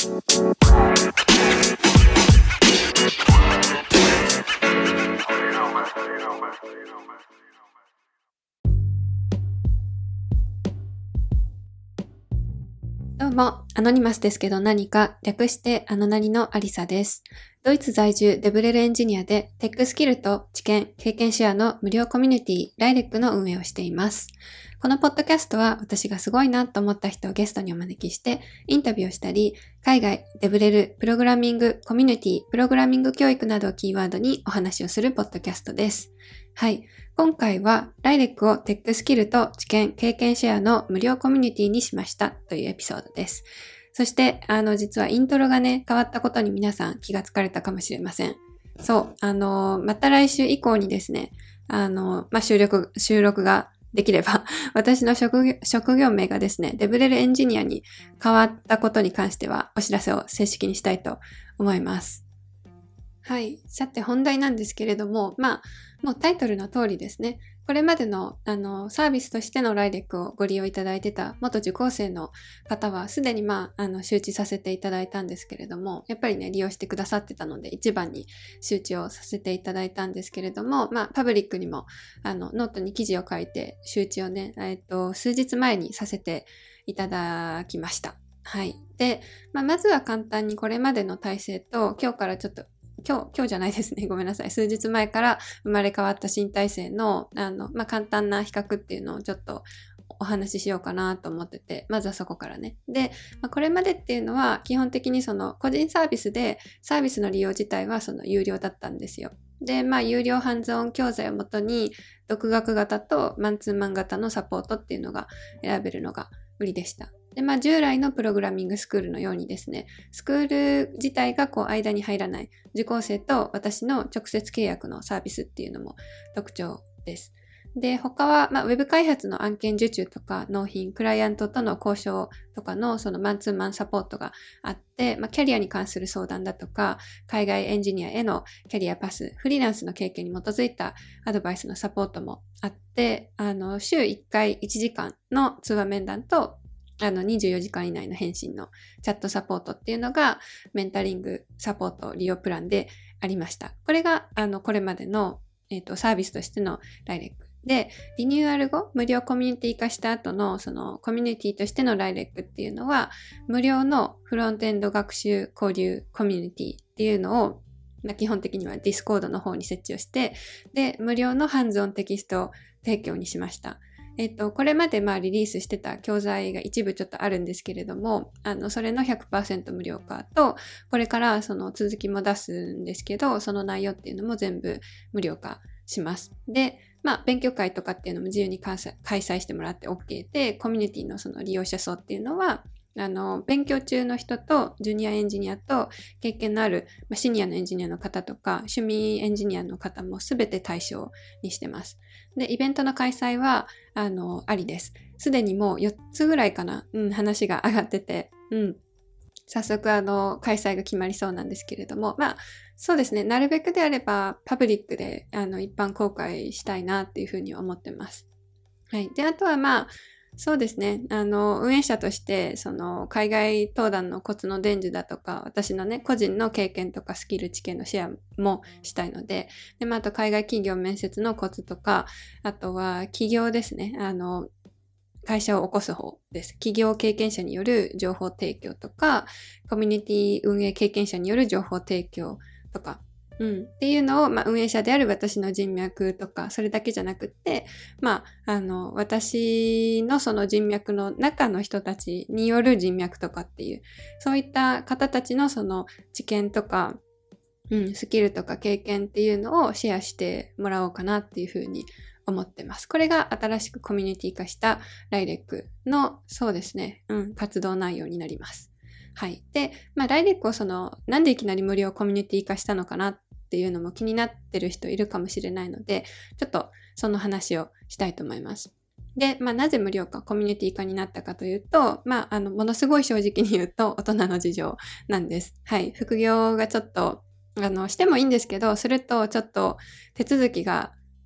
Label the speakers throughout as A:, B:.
A: どうも、アノニマスですけど何か、略してあのなりのアリサです。ドイツ在住デブレルエンジニアで、テックスキルと知見、経験シェアの無料コミュニティ、ライレックの運営をしています。このポッドキャストは、私がすごいなと思った人をゲストにお招きして、インタビューをしたり、海外、デブレル、プログラミング、コミュニティ、プログラミング教育などをキーワードにお話をするポッドキャストです。はい。今回はライレックをテックスキルと知見、経験シェアの無料コミュニティにしましたというエピソードです。そして、実はイントロがね、変わったことに皆さん気がつかれたかもしれません。そう、また来週以降にですね、収録ができれば、私の職業名がですね、デブレルエンジニアに変わったことに関してはお知らせを正式にしたいと思います。はい。さて本題なんですけれども、もうタイトルの通りですね。これまでの、サービスとしてのライレックをご利用いただいてた元受講生の方は、すでに周知させていただいたんですけれども、やっぱりね、利用してくださってたので、一番に周知をさせていただいたんですけれども、パブリックにも、ノートに記事を書いて、周知をね、数日前にさせていただきました。はい。で、まずは簡単にこれまでの体制と、今日じゃないですね。ごめんなさい。数日前から生まれ変わった新体制の、簡単な比較っていうのをちょっとお話ししようかなと思ってて、まずはそこからね。で、これまでっていうのは基本的にその個人サービスでサービスの利用自体はその有料だったんですよ。で、有料ハンズオン教材をもとに独学型とマンツーマン型のサポートっていうのが選べるのが売りでした。で、従来のプログラミングスクールのようにですね、スクール自体が間に入らない受講生と私の直接契約のサービスっていうのも特徴です。で、他は、ウェブ開発の案件受注とか納品、クライアントとの交渉とかのそのマンツーマンサポートがあって、キャリアに関する相談だとか、海外エンジニアへのキャリアパス、フリーランスの経験に基づいたアドバイスのサポートもあって、週1回1時間の通話面談と24時間以内の返信のチャットサポートっていうのがメンタリングサポート利用プランでありました。これがこれまでの、サービスとしてのライレックで、リニューアル後無料コミュニティ化した後のそのコミュニティとしてのライレックっていうのは無料のフロントエンド学習交流コミュニティっていうのを基本的にはディスコードの方に設置をして、で、無料のハンズオンテキスト提供にしました。これまでリリースしてた教材が一部ちょっとあるんですけれども、それの 100% 無料化と、これからその続きも出すんですけど、その内容っていうのも全部無料化します。で、勉強会とかっていうのも自由に開催してもらって OK で、コミュニティのその利用者層っていうのは、勉強中の人とジュニアエンジニアと経験のあるシニアのエンジニアの方とか趣味エンジニアの方もすべて対象にしてます。で、イベントの開催はありです。すでにもう4つぐらいかな、話が上がってて、早速開催が決まりそうなんですけれども、そうですね、なるべくであればパブリックで一般公開したいなっていうふうに思ってます。はい。で、あとはそうですね。運営者として、その、海外登壇のコツの伝授だとか、私のね、個人の経験とかスキル知見のシェアもしたいので、で、あと海外企業面接のコツとか、あとは企業ですね。会社を起こす方です。企業経験者による情報提供とか、コミュニティ運営経験者による情報提供とか、っていうのを、運営者である私の人脈とか、それだけじゃなくって、私のその人脈の中の人たちによる人脈とかっていう、そういった方たちのその知見とか、スキルとか経験っていうのをシェアしてもらおうかなっていうふうに思ってます。これが新しくコミュニティ化したライレックの、そうですね、活動内容になります。はい。で、ライレックをなんでいきなり無料コミュニティ化したのかなっていうのも気になってる人いるかもしれないので、ちょっとその話をしたいと思います。で、なぜ無料化、コミュニティ化になったかというと、ものすごい正直に言うと、大人の事情なんです。はい。副業がちょっと、してもいいんですけど、するとちょっと手続きが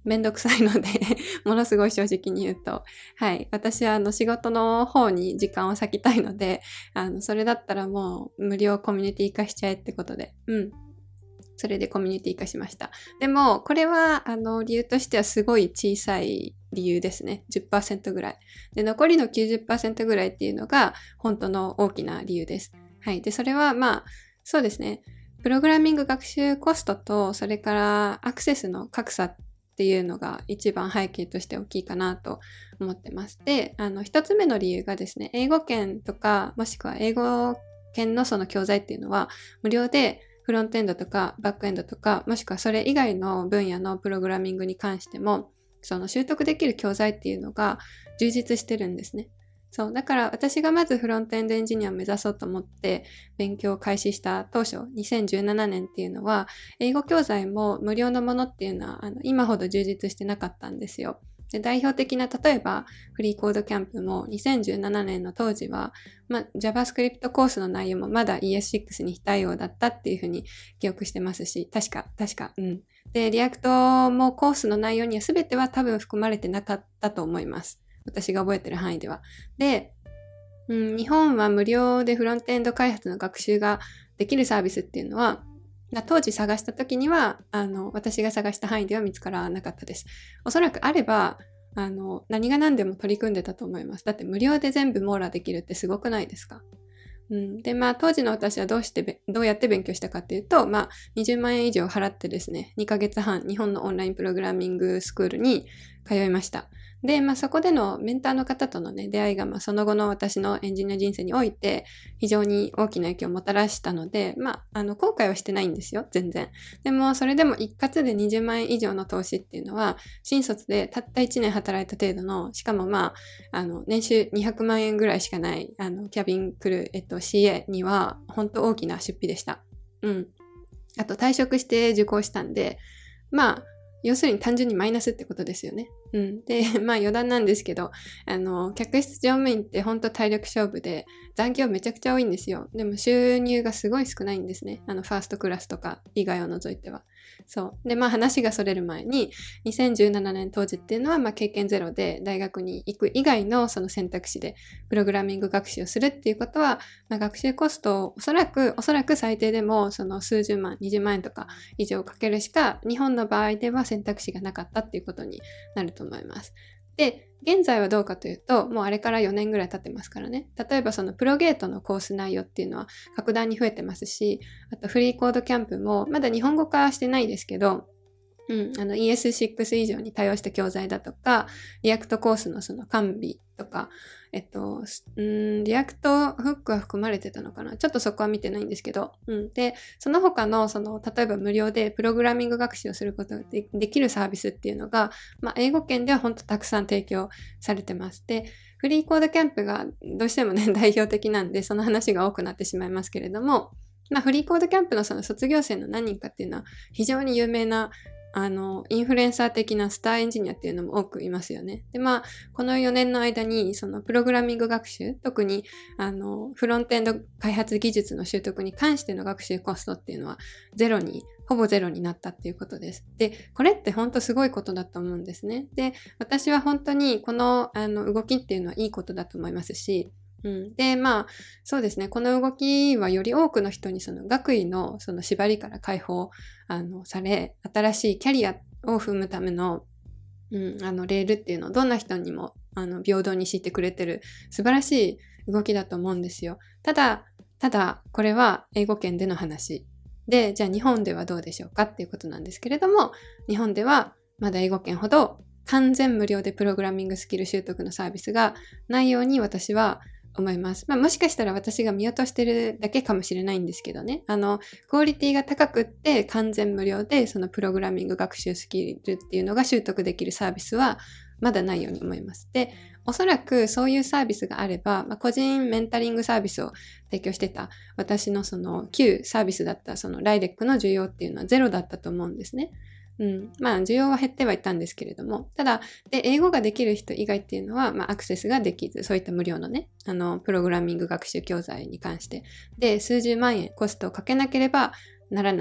A: めんどくさいのでものすごい正直に言うと。はい。私は仕事の方に時間を割きたいので、それだったらもう無料コミュニティ化しちゃえってことで。それでコミュニティ化しました。でも、これは、理由としてはすごい小さい理由ですね。10% ぐらい。で、残りの 90% ぐらいっていうのが、本当の大きな理由です。はい。で、それはそうですね。プログラミング学習コストと、それからアクセスの格差っていうのが一番背景として大きいかなと思ってます。で、一つ目の理由がですね、英語圏とか、もしくは英語圏のその教材っていうのは、無料でフロントエンドとかバックエンドとか、もしくはそれ以外の分野のプログラミングに関しても、その習得できる教材っていうのが充実してるんですね。そう。だから私がまずフロントエンドエンジニアを目指そうと思って勉強を開始した当初、2017年っていうのは、英語教材も無料のものっていうのは、今ほど充実してなかったんですよ。で、代表的な、例えば、フリーコードキャンプも2017年の当時は、JavaScript コースの内容もまだ ES6 に非対応だったっていうふうに記憶してますし、確か、で、リアクトもコースの内容には全ては多分含まれてなかったと思います。私が覚えてる範囲では。で、日本は無料でフロントエンド開発の学習ができるサービスっていうのは、当時探した時には、私が探した範囲では見つからなかったです。おそらくあれば、何が何でも取り組んでたと思います。だって無料で全部網羅できるってすごくないですか？で、当時の私はどうやって勉強したかっていうと、20万円以上払ってですね、2ヶ月半、日本のオンラインプログラミングスクールに通いました。で、そこでのメンターの方とのね、出会いが、その後の私のエンジニア人生において、非常に大きな影響をもたらしたので、後悔はしてないんですよ、全然。でも、それでも一括で20万円以上の投資っていうのは、新卒でたった1年働いた程度の、しかも年収200万円ぐらいしかない、キャビンクルー、CA には、本当大きな出費でした。あと退職して受講したんで、要するに単純にマイナスってことですよね。で、余談なんですけど、客室乗務員って本当体力勝負で、残業めちゃくちゃ多いんですよ。でも収入がすごい少ないんですね。ファーストクラスとか以外を除いては。そう。で、話がそれる前に、2017年当時っていうのは、経験ゼロで大学に行く以外のその選択肢で、プログラミング学習をするっていうことは、学習コストをおそらく最低でも、その数十万、20万円とか以上かけるしか、日本の場合では選択肢がなかったっていうことになると思います。で、現在はどうかというと、もうあれから4年ぐらい経ってますからね。例えばそのプロゲートのコース内容っていうのは格段に増えてますし、あとフリーコードキャンプもまだ日本語化してないですけど、ES6 以上に対応した教材だとか、リアクトコースのその完備とか、リアクトフックは含まれてたのかな？ちょっとそこは見てないんですけど、で、その他の、例えば無料でプログラミング学習をすることができるサービスっていうのが、英語圏では本当たくさん提供されてます。で、フリーコードキャンプがどうしてもね、代表的なんで、その話が多くなってしまいますけれども、フリーコードキャンプのその卒業生の何人かっていうのは非常に有名なインフルエンサー的なスターエンジニアっていうのも多くいますよね。で、この4年の間に、そのプログラミング学習、特に、フロントエンド開発技術の習得に関しての学習コストっていうのは、ほぼゼロになったっていうことです。で、これって本当すごいことだと思うんですね。で、私は本当にこの、動きっていうのはいいことだと思いますし、で、そうですね。この動きはより多くの人にその学位のその縛りから解放、され、新しいキャリアを踏むための、レールっていうのをどんな人にも、平等に敷いてくれてる素晴らしい動きだと思うんですよ。ただ、これは英語圏での話。で、じゃあ日本ではどうでしょうかっていうことなんですけれども、日本ではまだ英語圏ほど完全無料でプログラミングスキル習得のサービスがないように私は思います。もしかしたら私が見落としてるだけかもしれないんですけどね。クオリティが高くって完全無料でそのプログラミング学習スキルっていうのが習得できるサービスはまだないように思います。で、おそらくそういうサービスがあれば、個人メンタリングサービスを提供してた私のその旧サービスだったそのライレックの需要っていうのはゼロだったと思うんですね。需要は減ってはいたんですけれども、ただ、で、英語ができる人以外っていうのは、アクセスができず、そういった無料のね、プログラミング学習教材に関して、で、数十万円コストをかけなければならない。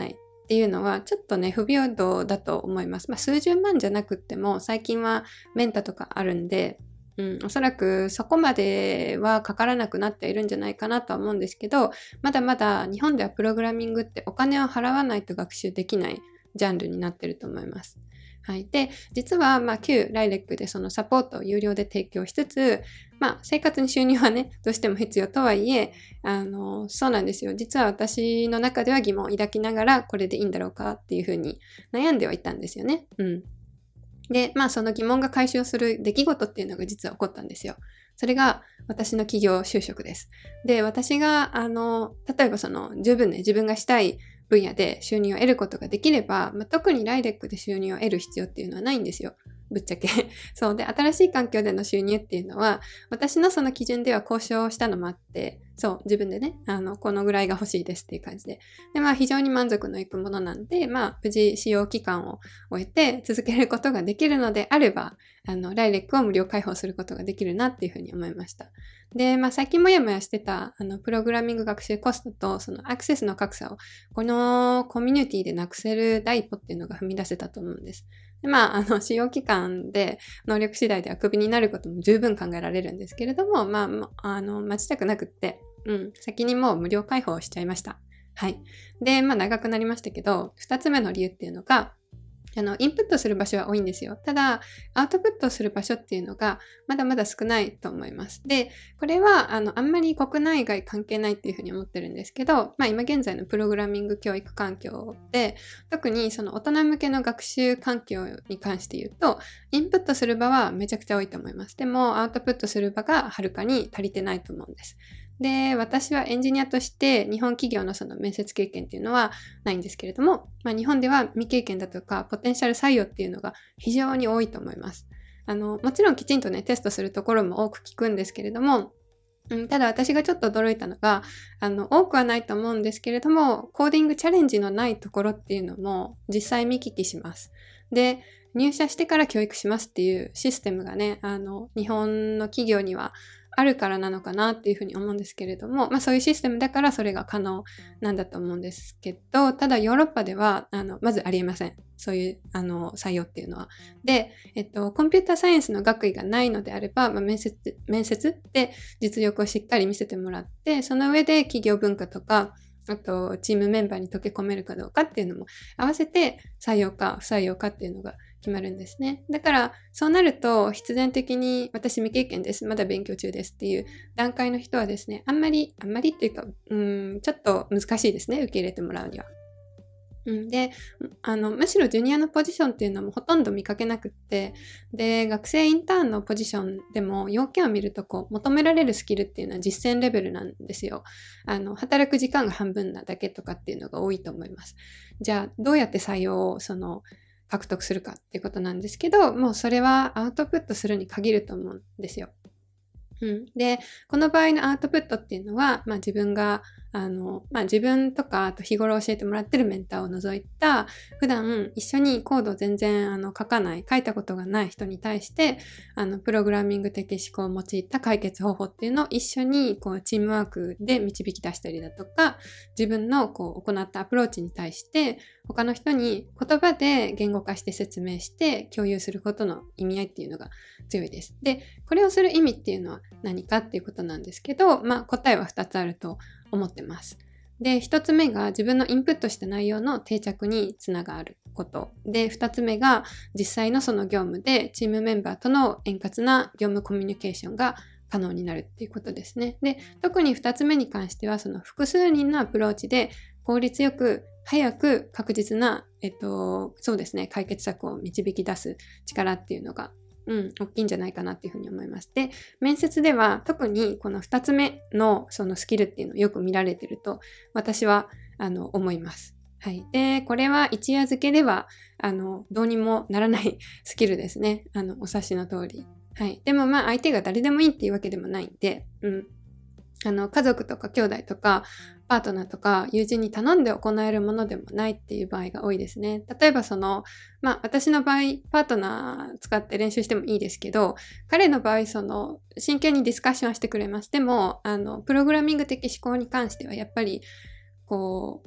A: っていうのはちょっとね、不平等だと思います。数十万じゃなくっても、最近はメンタとかあるんで、おそらくそこまではかからなくなっているんじゃないかなとは思うんですけど、まだまだ日本ではプログラミングってお金を払わないと学習できないジャンルになってると思います。はい。で、実は、旧ライレックでそのサポートを有料で提供しつつ、生活に収入はね、どうしても必要とはいえ、そうなんですよ。実は私の中では疑問を抱きながら、これでいいんだろうかっていうふうに悩んではいたんですよね。で、その疑問が解消する出来事っていうのが実は起こったんですよ。それが私の企業就職です。で、私が、例えば十分ね、自分がしたい分野で収入を得ることができれば、特にライレックで収入を得る必要っていうのはないんですよ。ぶっちゃけ。そうで、新しい環境での収入っていうのは、私のその基準では交渉したのもあって、そう、自分でね、このぐらいが欲しいですっていう感じで。で、非常に満足のいくものなんで、無事使用期間を終えて続けることができるのであれば、ライレックを無料開放することができるなっていうふうに思いました。で、最近もやもやしてた、プログラミング学習コストと、そのアクセスの格差を、このコミュニティでなくせる第一歩っていうのが踏み出せたと思うんです。で、使用期間で能力次第ではクビになることも十分考えられるんですけれども、待ちたくなくって、先にもう無料開放しちゃいました。はい。で、長くなりましたけど、二つ目の理由っていうのが、インプットする場所は多いんですよ。ただ、アウトプットする場所っていうのが、まだまだ少ないと思います。で、これは、あんまり国内外関係ないっていうふうに思ってるんですけど、今現在のプログラミング教育環境で、特にその大人向けの学習環境に関して言うと、インプットする場はめちゃくちゃ多いと思います。でも、アウトプットする場がはるかに足りてないと思うんです。で、私はエンジニアとして日本企業のその面接経験っていうのはないんですけれども、日本では未経験だとかポテンシャル採用っていうのが非常に多いと思います。もちろんきちんとね、テストするところも多く聞くんですけれども、ただ私がちょっと驚いたのが、多くはないと思うんですけれども、コーディングチャレンジのないところっていうのも実際見聞きします。で、入社してから教育しますっていうシステムがね、日本の企業にはあるからなのかなっていうふうに思うんですけれども、そういうシステムだからそれが可能なんだと思うんですけど、ただヨーロッパでは、まずありえません。そういう、採用っていうのは。で、コンピューターサイエンスの学位がないのであれば、面接で実力をしっかり見せてもらって、その上で企業文化とか、あと、チームメンバーに溶け込めるかどうかっていうのも合わせて採用か不採用かっていうのが決まるんですね。だから、そうなると必然的に私未経験です。まだ勉強中ですっていう段階の人はですね、あんまりっていうか、ちょっと難しいですね。受け入れてもらうには。で、むしろジュニアのポジションっていうのもほとんど見かけなくって、で、学生インターンのポジションでも要件を見ると求められるスキルっていうのは実践レベルなんですよ。働く時間が半分なだけとかっていうのが多いと思います。じゃあ、どうやって採用を獲得するかっていうことなんですけど、もうそれはアウトプットするに限ると思うんですよ。で、この場合のアウトプットっていうのは、自分が、自分とか、あと日頃教えてもらってるメンターを除いた、普段一緒にコードを全然書いたことがない人に対して、プログラミング的思考を用いた解決方法っていうのを一緒にチームワークで導き出したりだとか、自分の行ったアプローチに対して、他の人に言葉で言語化して説明して共有することの意味合いっていうのが強いです。で、これをする意味っていうのは何かっていうことなんですけど、答えは2つあると思ってます。で、1つ目が自分のインプットした内容の定着につながること。で、2つ目が実際のその業務でチームメンバーとの円滑な業務コミュニケーションが可能になるっていうことですね。で、特に2つ目に関しては、その複数人のアプローチで効率よく早く確実な、そうですね、解決策を導き出す力っていうのが、大きいんじゃないかなっていうふうに思います。で、面接では特にこの2つ目のそのスキルっていうのをよく見られてると私は思います。はい。で、これは一夜漬けではどうにもならないスキルですね。お察しの通り。はい。でも相手が誰でもいいっていうわけでもないんで、家族とか兄弟とかパートナーとか友人に頼んで行えるものでもないっていう場合が多いですね。例えば私の場合、パートナー使って練習してもいいですけど、彼の場合、真剣にディスカッションしてくれます。でも、プログラミング的思考に関してはやっぱり、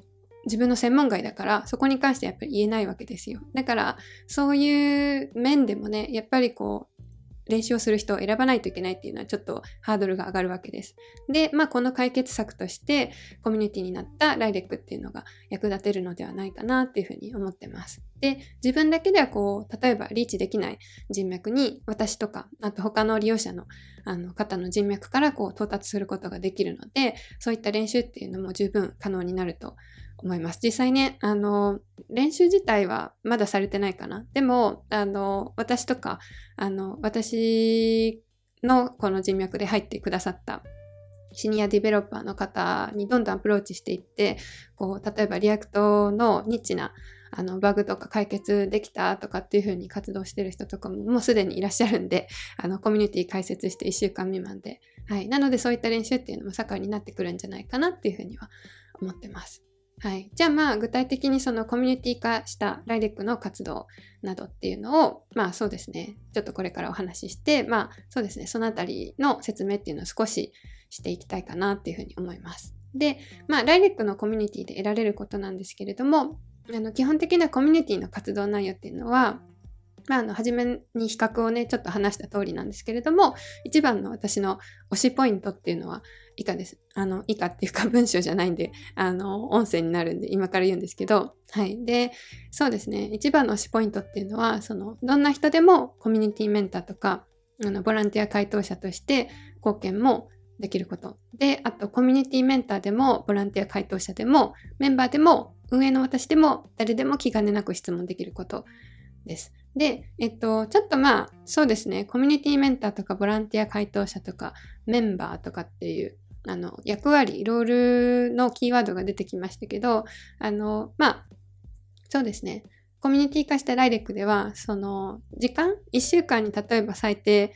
A: 自分の専門外だから、そこに関してやっぱり言えないわけですよ。だから、そういう面でもね、やっぱり練習をする人を選ばないといけないっていうのはちょっとハードルが上がるわけです。で、この解決策としてコミュニティになったライレックっていうのが役立てるのではないかなっていうふうに思ってます。で、自分だけでは例えばリーチできない人脈に私とか、あと他の利用者の方の人脈から到達することができるので、そういった練習っていうのも十分可能になると思います。実際ね、練習自体はまだされてないかな。でも、私とか、私のこの人脈で入ってくださったシニアディベロッパーの方にどんどんアプローチしていって、例えばリアクトのニッチなバグとか解決できたとかっていう風に活動してる人とかももうすでにいらっしゃるんで、コミュニティ開設して1週間未満で。はい。なのでそういった練習っていうのも盛んになってくるんじゃないかなっていう風には思ってます。はい。じゃあ具体的にそのコミュニティ化したライレックの活動などっていうのを、そうですね。ちょっとこれからお話しして、そうですね。そのあたりの説明っていうのを少ししていきたいかなっていうふうに思います。で、ライレックのコミュニティで得られることなんですけれども、基本的なコミュニティの活動内容っていうのは、初めに比較をね、ちょっと話した通りなんですけれども、一番の私の推しポイントっていうのは以下です。以下っていうか文章じゃないんで、音声になるんで今から言うんですけど、はい。で、そうですね。一番の推しポイントっていうのは、どんな人でもコミュニティメンターとか、ボランティア回答者として貢献もできること。で、あとコミュニティメンターでも、ボランティア回答者でも、メンバーでも、運営の私でも、誰でも気兼ねなく質問できることです。で、ちょっとそうですね、コミュニティメンターとかボランティア回答者とかメンバーとかっていう、役割、ロールのキーワードが出てきましたけど、そうですね、コミュニティ化したライレックでは、時間 ?1 週間に例えば最低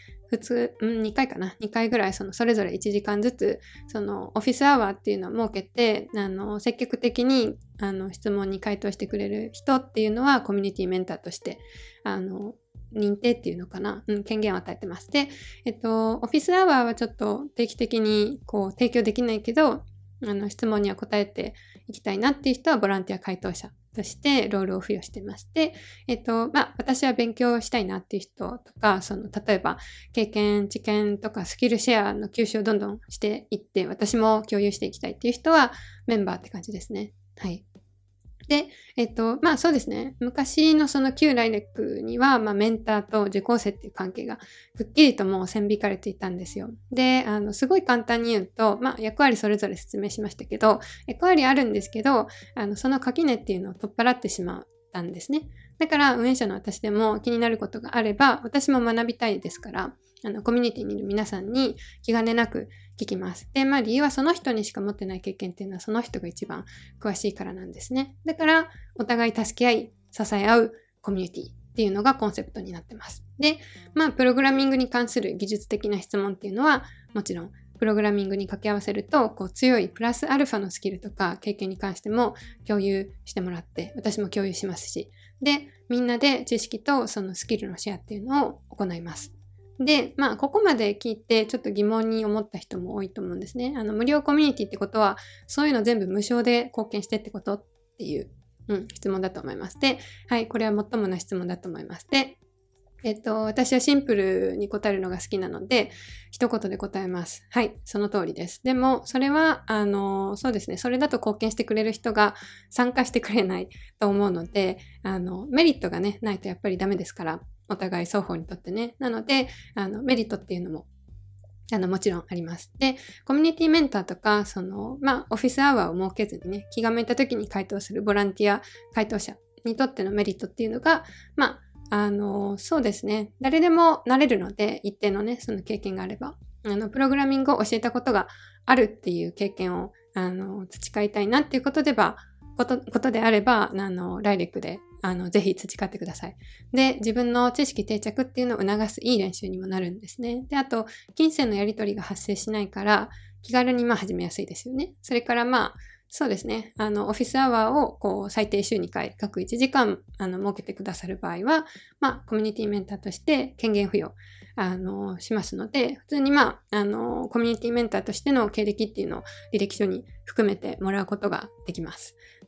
A: 2回かな ?2 回ぐらいそれぞれ1時間ずつ、オフィスアワーっていうのを設けて、積極的に、質問に回答してくれる人っていうのはコミュニティメンターとして、認定っていうのかな、権限を与えてます。で、オフィスアワーはちょっと定期的に提供できないけど、質問には答えていきたいなっていう人はボランティア回答者としてロールを付与してまして、私は勉強したいなっていう人とか、例えば経験、知見とかスキルシェアの吸収をどんどんしていって、私も共有していきたいっていう人はメンバーって感じですね。はい。で、そうですね。昔の旧ライレックには、メンターと受講生っていう関係がくっきりともう線引かれていたんですよ。で、すごい簡単に言うと、役割それぞれ説明しましたけど、役割あるんですけど、その垣根っていうのを取っ払ってしまったんですね。だから、運営者の私でも気になることがあれば、私も学びたいですから、コミュニティにいる皆さんに気兼ねなく聞きます。で、理由はその人にしか持ってない経験っていうのはその人が一番詳しいからなんですね。だから、お互い助け合い、支え合うコミュニティっていうのがコンセプトになってます。で、プログラミングに関する技術的な質問っていうのは、もちろん、プログラミングに掛け合わせると、強いプラスアルファのスキルとか経験に関しても共有してもらって、私も共有しますし、で、みんなで知識とそのスキルのシェアっていうのを行います。で、ここまで聞いてちょっと疑問に思った人も多いと思うんですね。無料コミュニティってことは、そういうの全部無償で貢献してってことっていう、質問だと思います。で、はい、これは最もな質問だと思います。で、私はシンプルに答えるのが好きなので、一言で答えます。はい、その通りです。でも、それは、そうですね、それだと貢献してくれる人が参加してくれないと思うので、メリットがね、ないとやっぱりダメですから、お互い双方にとってね。なので、メリットっていうのも、もちろんあります。で、コミュニティメンターとか、オフィスアワーを設けずにね、気が向いた時に回答するボランティア回答者にとってのメリットっていうのが、そうですね。誰でもなれるので、一定のね、その経験があれば。プログラミングを教えたことがあるっていう経験を、培いたいなっていうことであれば、ライレックで、ぜひ培ってください。で、自分の知識定着っていうのを促すいい練習にもなるんですね。で、あと、金銭のやり取りが発生しないから、気軽に始めやすいですよね。それからそうですね。オフィスアワーを最低週2回、各1時間、設けてくださる場合は、コミュニティメンターとして権限付与、しますので、普通にコミュニティメンターとしての経歴っていうのを履歴書に含めてもらうことができます。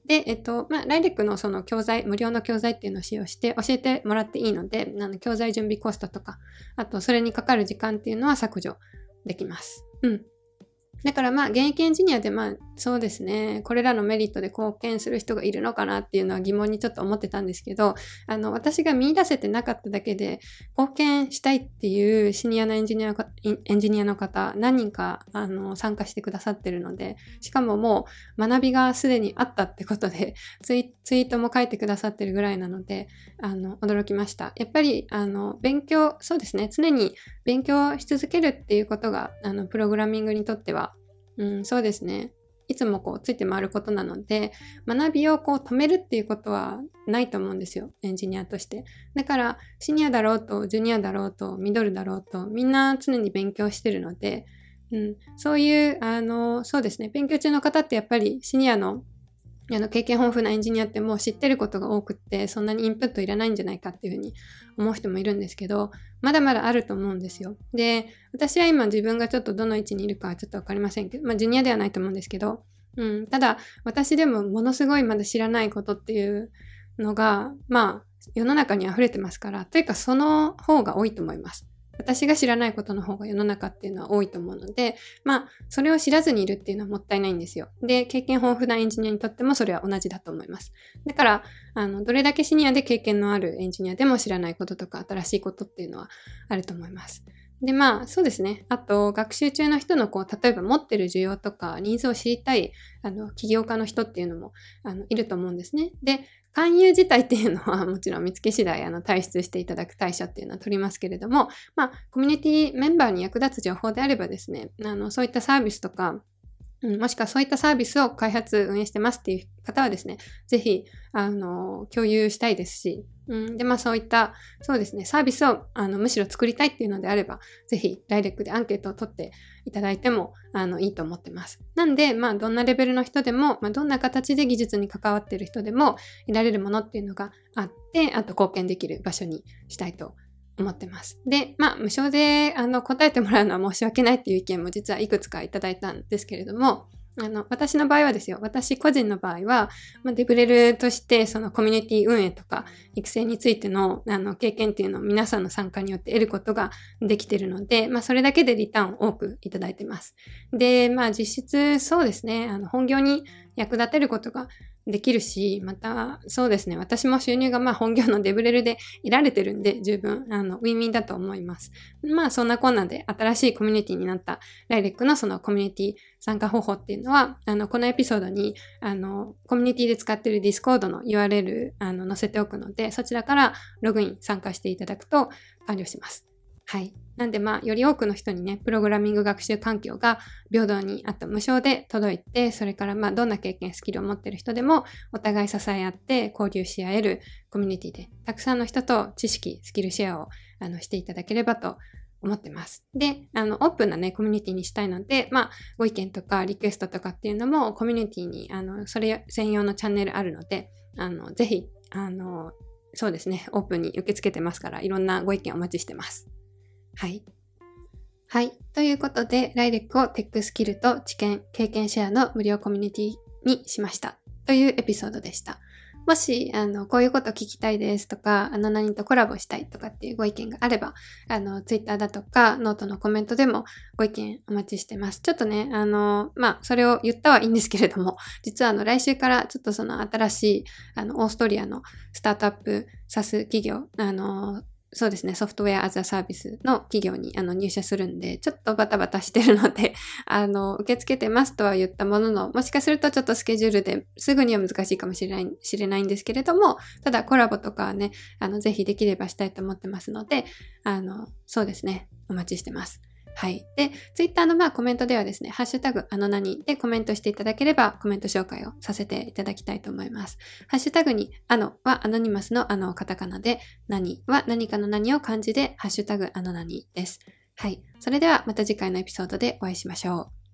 A: で、ライレックのその教材、無料の教材っていうのを使用して教えてもらっていいので、教材準備コストとか、あとそれにかかる時間っていうのは削除できます。だから現役エンジニアでそうですね、これらのメリットで貢献する人がいるのかなっていうのは疑問にちょっと思ってたんですけど、私が見出せてなかっただけで、貢献したいっていうシニアのエンジニアの方、何人か、参加してくださってるので、しかももう学びがすでにあったってことで、ツイートも書いてくださってるぐらいなので、驚きました。やっぱり、そうですね、常に勉強し続けるっていうことが、プログラミングにとっては、そうですね。いつもついて回ることなので、学びを止めるっていうことはないと思うんですよ。エンジニアとして。だから、シニアだろうと、ジュニアだろうと、ミドルだろうと、みんな常に勉強してるので、そういう、そうですね。勉強中の方ってやっぱりシニアの経験豊富なエンジニアってもう知ってることが多くって、そんなにインプットいらないんじゃないかっていうふうに思う人もいるんですけど、まだまだあると思うんですよ。で、私は今自分がちょっとどの位置にいるかはちょっとわかりませんけど、ジュニアではないと思うんですけど、ただ、私でもものすごいまだ知らないことっていうのが、世の中に溢れてますから、というかその方が多いと思います。私が知らないことの方が世の中っていうのは多いと思うので、それを知らずにいるっていうのはもったいないんですよ。で、経験豊富なエンジニアにとってもそれは同じだと思います。だから、どれだけシニアで経験のあるエンジニアでも知らないこととか新しいことっていうのはあると思います。で、そうですね。あと、学習中の人の例えば持ってる需要とかニーズを知りたい、起業家の人っていうのも、いると思うんですね。で、勧誘自体っていうのはもちろん見つけ次第退出していただく対処っていうのは取りますけれども、コミュニティメンバーに役立つ情報であればですね、そういったサービスとか、もしくはそういったサービスを開発運営してますっていう方はですね、ぜひ、共有したいですし、で、そういった、そうですね、サービスを、むしろ作りたいっていうのであれば、ぜひ、ダイレクトでアンケートを取っていただいても、いいと思ってます。なんで、どんなレベルの人でも、どんな形で技術に関わっている人でも、得られるものっていうのがあって、あと貢献できる場所にしたいと思ってます。で、無償で答えてもらうのは申し訳ないっていう意見も実はいくつかいただいたんですけれども、私の場合はですよ、私個人の場合は、デブレルとしてそのコミュニティ運営とか育成についての経験っていうのを皆さんの参加によって得ることができているので、それだけでリターンを多くいただいてます。で、実質そうですね、本業に役立てることができるし、また、そうですね。私も収入が本業のデブレルで得られてるんで、十分、ウィンウィンだと思います。そんなこんなで新しいコミュニティになったライレックのそのコミュニティ参加方法っていうのは、このエピソードに、コミュニティで使っている Discord の URL、載せておくので、そちらからログイン参加していただくと完了します。はい。なんでより多くの人にね、プログラミング学習環境が平等に、あと無償で届いて、それからどんな経験、スキルを持っている人でもお互い支え合って交流し合えるコミュニティで、たくさんの人と知識、スキルシェアをしていただければと思ってます。で、オープンなね、コミュニティにしたいので、ご意見とかリクエストとかっていうのもコミュニティに、それ専用のチャンネルあるので、ぜひ、そうですね、オープンに受け付けてますから、いろんなご意見お待ちしてます。はい。はい。ということで、ライレックをテックスキルと知見、経験シェアの無料コミュニティにしました。というエピソードでした。もし、こういうこと聞きたいですとか、何とコラボしたいとかっていうご意見があれば、ツイッターだとか、ノートのコメントでもご意見お待ちしてます。ちょっとね、それを言ったはいいんですけれども、実は来週からちょっとその新しい、オーストリアのスタートアップ SaaS 企業、そうですね、ソフトウェアアザサービスの企業に入社するんで、ちょっとバタバタしてるので、受け付けてますとは言ったものの、もしかするとちょっとスケジュールですぐには難しいかもしれないんですけれども、ただコラボとかはね、ぜひできればしたいと思ってますので、そうですね、お待ちしてます。はい。で、ツイッターのコメントではですね、ハッシュタグ何でコメントしていただければコメント紹介をさせていただきたいと思います。ハッシュタグにはアノニマスのカタカナで、何は何かの何を漢字でハッシュタグ何です。はい。それではまた次回のエピソードでお会いしましょう。